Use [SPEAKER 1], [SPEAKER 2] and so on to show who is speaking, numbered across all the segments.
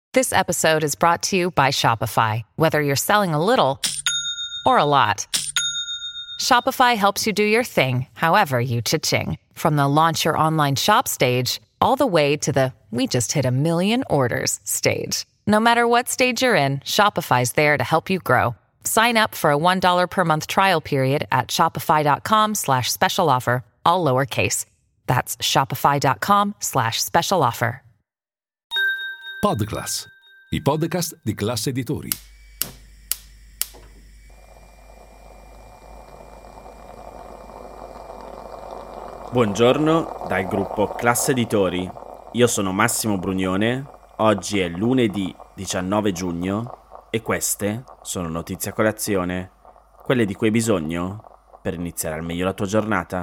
[SPEAKER 1] This episode is brought to you by Shopify. Whether you're selling a little or a lot, Shopify helps you do your thing, however you cha-ching. From the launch your online shop stage, all the way to the we just hit 1 million orders stage. No matter what stage you're in, Shopify's there to help you grow. Sign up for a $1 per month trial period at shopify.com/special offer, all lowercase. That's shopify.com/special offer.
[SPEAKER 2] Podclass, i podcast di Classe Editori.
[SPEAKER 3] Buongiorno dal gruppo Classe Editori. Io sono Massimo Brugnone. Oggi è lunedì 19 giugno e queste sono notizie a colazione, quelle di cui hai bisogno per iniziare al meglio la tua giornata.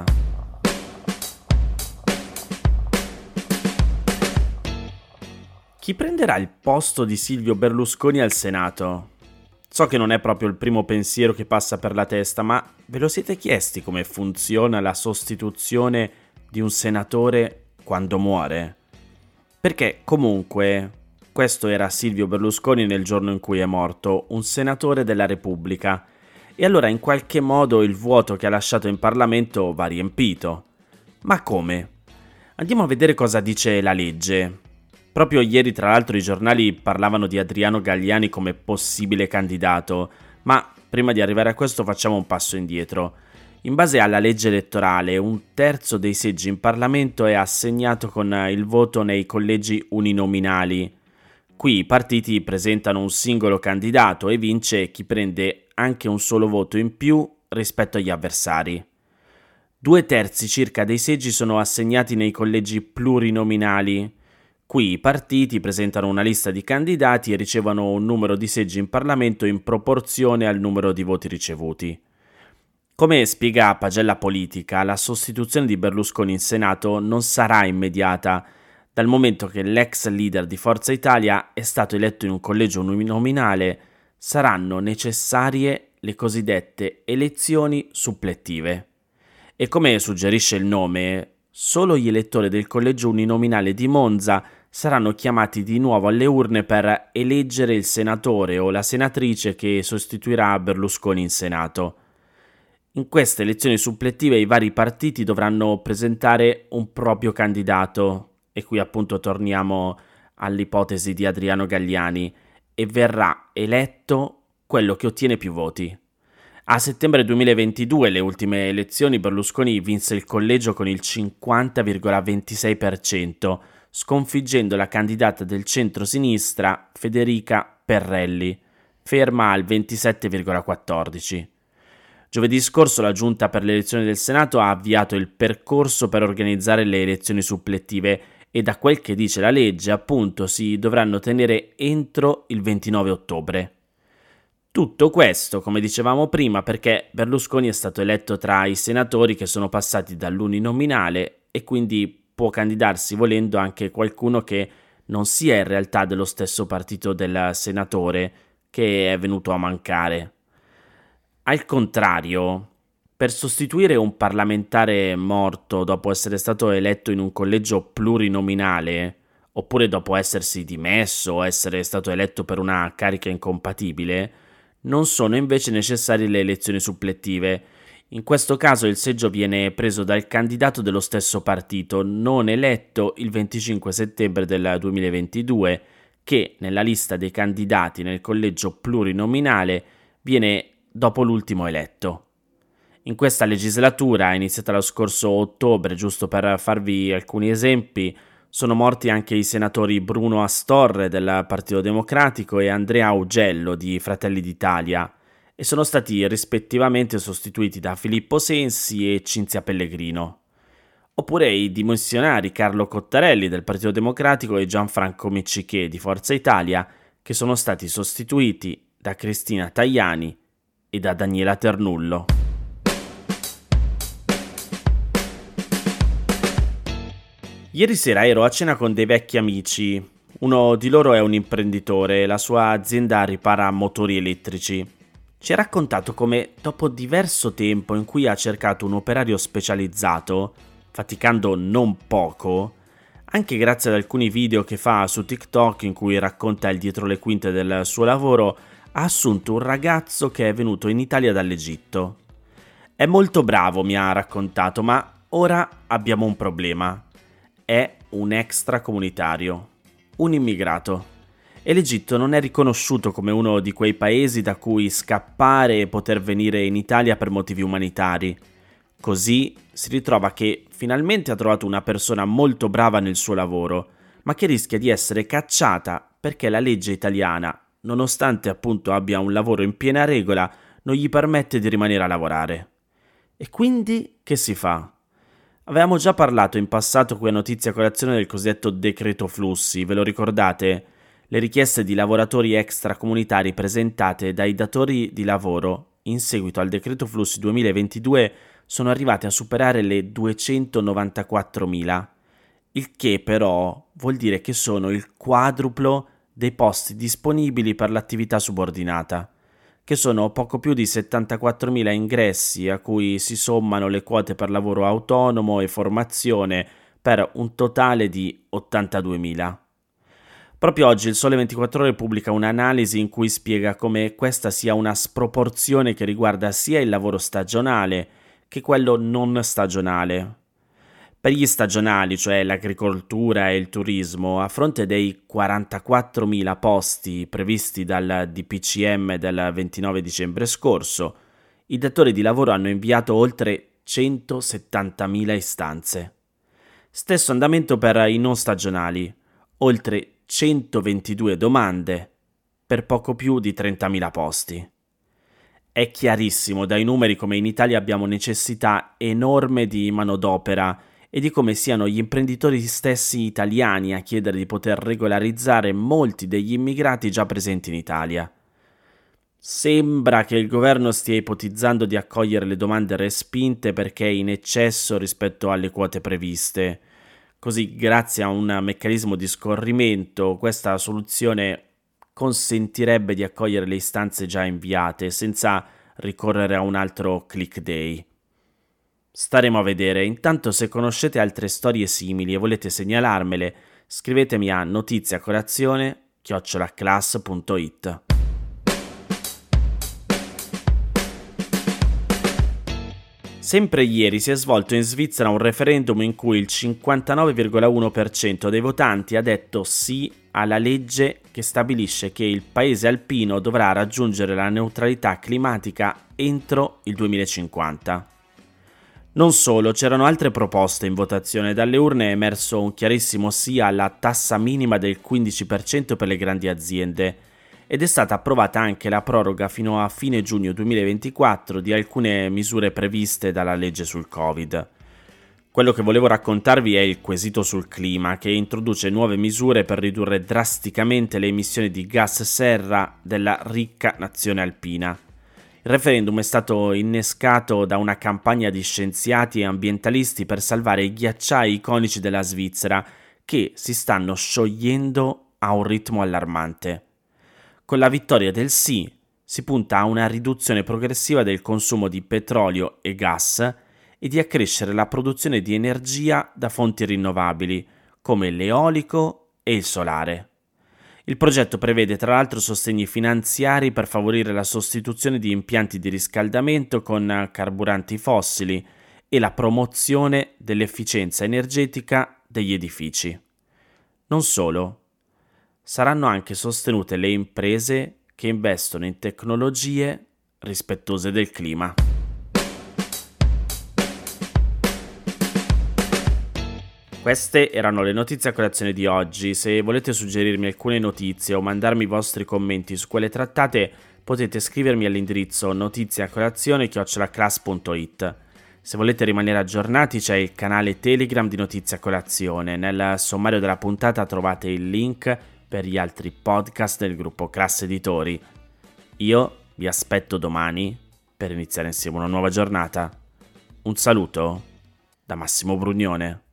[SPEAKER 3] Chi prenderà il posto di Silvio Berlusconi al Senato? So che non è proprio il primo pensiero che passa per la testa, ma ve lo siete chiesti come funziona la sostituzione di un senatore quando muore? Perché comunque questo era Silvio Berlusconi nel giorno in cui è morto, un senatore della Repubblica, e allora in qualche modo il vuoto che ha lasciato in Parlamento va riempito. Ma come? Andiamo a vedere cosa dice la legge. Proprio ieri, tra l'altro, i giornali parlavano di Adriano Galliani come possibile candidato, ma prima di arrivare a questo facciamo un passo indietro. In base alla legge elettorale, 1/3 dei seggi in Parlamento è assegnato con il voto nei collegi uninominali. Qui i partiti presentano un singolo candidato e vince chi prende anche un solo voto in più rispetto agli avversari. 2/3 circa dei seggi sono assegnati nei collegi plurinominali. Qui i partiti presentano una lista di candidati e ricevono un numero di seggi in Parlamento in proporzione al numero di voti ricevuti. Come spiega Pagella Politica, la sostituzione di Berlusconi in Senato non sarà immediata, dal momento che l'ex leader di Forza Italia è stato eletto in un collegio uninominale. Saranno necessarie le cosiddette elezioni supplettive. E come suggerisce il nome, solo gli elettori del collegio uninominale di Monza saranno chiamati di nuovo alle urne per eleggere il senatore o la senatrice che sostituirà Berlusconi in Senato. In queste elezioni supplettive i vari partiti dovranno presentare un proprio candidato, e qui appunto torniamo all'ipotesi di Adriano Galliani, e verrà eletto quello che ottiene più voti. A settembre 2022, le ultime elezioni, Berlusconi vinse il collegio con il 50,26%, sconfiggendo la candidata del centro-sinistra Federica Perrelli, ferma al 27,14%. Giovedì scorso la Giunta per le elezioni del Senato ha avviato il percorso per organizzare le elezioni supplettive e da quel che dice la legge, appunto, si dovranno tenere entro il 29 ottobre. Tutto questo, come dicevamo prima, perché Berlusconi è stato eletto tra i senatori che sono passati dall'uninominale e quindi può candidarsi volendo anche qualcuno che non sia in realtà dello stesso partito del senatore che è venuto a mancare. Al contrario, per sostituire un parlamentare morto dopo essere stato eletto in un collegio plurinominale, oppure dopo essersi dimesso o essere stato eletto per una carica incompatibile, non sono invece necessarie le elezioni supplettive. In questo caso il seggio viene preso dal candidato dello stesso partito non eletto il 25 settembre del 2022, che nella lista dei candidati nel collegio plurinominale viene dopo l'ultimo eletto. In questa legislatura, iniziata lo scorso ottobre, giusto per farvi alcuni esempi, sono morti anche i senatori Bruno Astorre del Partito Democratico e Andrea Augello di Fratelli d'Italia e sono stati rispettivamente sostituiti da Filippo Sensi e Cinzia Pellegrino. Oppure i dimissionari Carlo Cottarelli del Partito Democratico e Gianfranco Micciché di Forza Italia, che sono stati sostituiti da Cristina Tajani e da Daniela Ternullo. Ieri sera ero a cena con dei vecchi amici. Uno di loro è un imprenditore, la sua azienda ripara motori elettrici. Ci ha raccontato come, dopo diverso tempo in cui ha cercato un operario specializzato, faticando non poco, Anche grazie ad alcuni video che fa su TikTok in cui racconta il dietro le quinte del suo lavoro, ha assunto un ragazzo che è venuto in Italia dall'Egitto. È molto bravo, mi ha raccontato, ma ora abbiamo un problema. È un extracomunitario, un immigrato. E l'Egitto non è riconosciuto come uno di quei paesi da cui scappare e poter venire in Italia per motivi umanitari. Così si ritrova che finalmente ha trovato una persona molto brava nel suo lavoro, ma che rischia di essere cacciata perché la legge italiana, nonostante appunto abbia un lavoro in piena regola, non gli permette di rimanere a lavorare. E quindi che si fa? Avevamo già parlato in passato qui a Notizia Colazione del cosiddetto decreto flussi, ve lo ricordate? Le richieste di lavoratori extracomunitari presentate dai datori di lavoro in seguito al decreto flussi 2022 sono arrivate a superare le 294.000, il che però vuol dire che sono il quadruplo dei posti disponibili per l'attività subordinata, che sono poco più di 74.000 ingressi a cui si sommano le quote per lavoro autonomo e formazione per un totale di 82.000. Proprio oggi il Sole 24 Ore pubblica un'analisi in cui spiega come questa sia una sproporzione che riguarda sia il lavoro stagionale che quello non stagionale. Per gli stagionali, cioè l'agricoltura e il turismo, a fronte dei 44.000 posti previsti dal DPCM del 29 dicembre scorso, i datori di lavoro hanno inviato oltre 170.000 istanze. Stesso andamento per i non stagionali, oltre 122 domande per poco più di 30.000 posti. È chiarissimo dai numeri come in Italia abbiamo necessità enorme di manodopera e di come siano gli imprenditori stessi italiani a chiedere di poter regolarizzare molti degli immigrati già presenti in Italia. Sembra che il governo stia ipotizzando di accogliere le domande respinte perché è in eccesso rispetto alle quote previste. Così, grazie a un meccanismo di scorrimento, questa soluzione consentirebbe di accogliere le istanze già inviate senza ricorrere a un altro click day. Staremo a vedere. Intanto, se conoscete altre storie simili e volete segnalarmele, scrivetemi a notiziacolazione@class.it. Sempre ieri si è svolto in Svizzera un referendum in cui il 59,1% dei votanti ha detto sì alla legge che stabilisce che il paese alpino dovrà raggiungere la neutralità climatica entro il 2050. Non solo, c'erano altre proposte in votazione. Dalle urne è emerso un chiarissimo sì alla tassa minima del 15% per le grandi aziende, ed è stata approvata anche la proroga fino a fine giugno 2024 di alcune misure previste dalla legge sul Covid. Quello che volevo raccontarvi è il quesito sul clima, che introduce nuove misure per ridurre drasticamente le emissioni di gas serra della ricca nazione alpina. Il referendum è stato innescato da una campagna di scienziati e ambientalisti per salvare i ghiacciai iconici della Svizzera, che si stanno sciogliendo a un ritmo allarmante. Con la vittoria del sì si punta a una riduzione progressiva del consumo di petrolio e gas e di accrescere la produzione di energia da fonti rinnovabili, come l'eolico e il solare. Il progetto prevede tra l'altro sostegni finanziari per favorire la sostituzione di impianti di riscaldamento con carburanti fossili e la promozione dell'efficienza energetica degli edifici. Non solo. Saranno anche sostenute le imprese che investono in tecnologie rispettose del clima. Queste erano le notizie a colazione di oggi. Se volete suggerirmi alcune notizie o mandarmi i vostri commenti su quelle trattate, potete scrivermi all'indirizzo notiziacolazione@class.it. Se volete rimanere aggiornati c'è il canale Telegram di Notizia Colazione. Nel sommario della puntata trovate il link per gli altri podcast del gruppo Class Editori. Io vi aspetto domani per iniziare insieme una nuova giornata. Un saluto da Massimo Brugnone.